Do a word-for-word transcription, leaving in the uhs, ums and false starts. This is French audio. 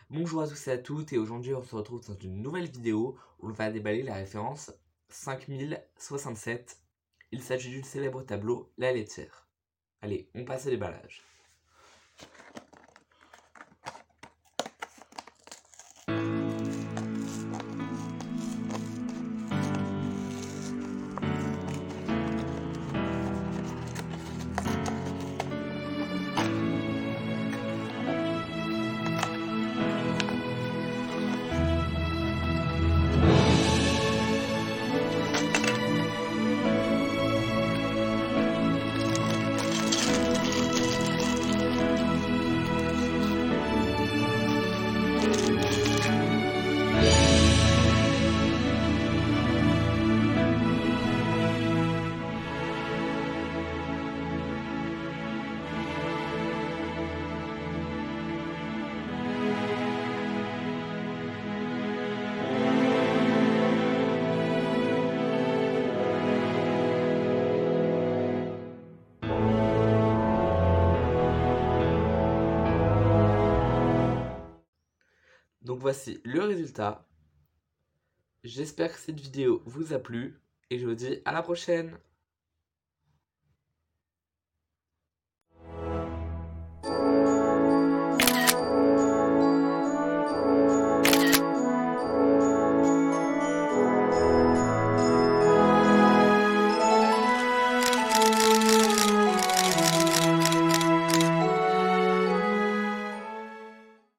Bonjour à tous et à toutes, et aujourd'hui on se retrouve dans une nouvelle vidéo où on va déballer la référence cinq mille soixante-sept. Il s'agit du célèbre tableau La Laitière. Allez, on passe au déballage. Donc voici le résultat. J'espère que cette vidéo vous a plu et je vous dis à la prochaine.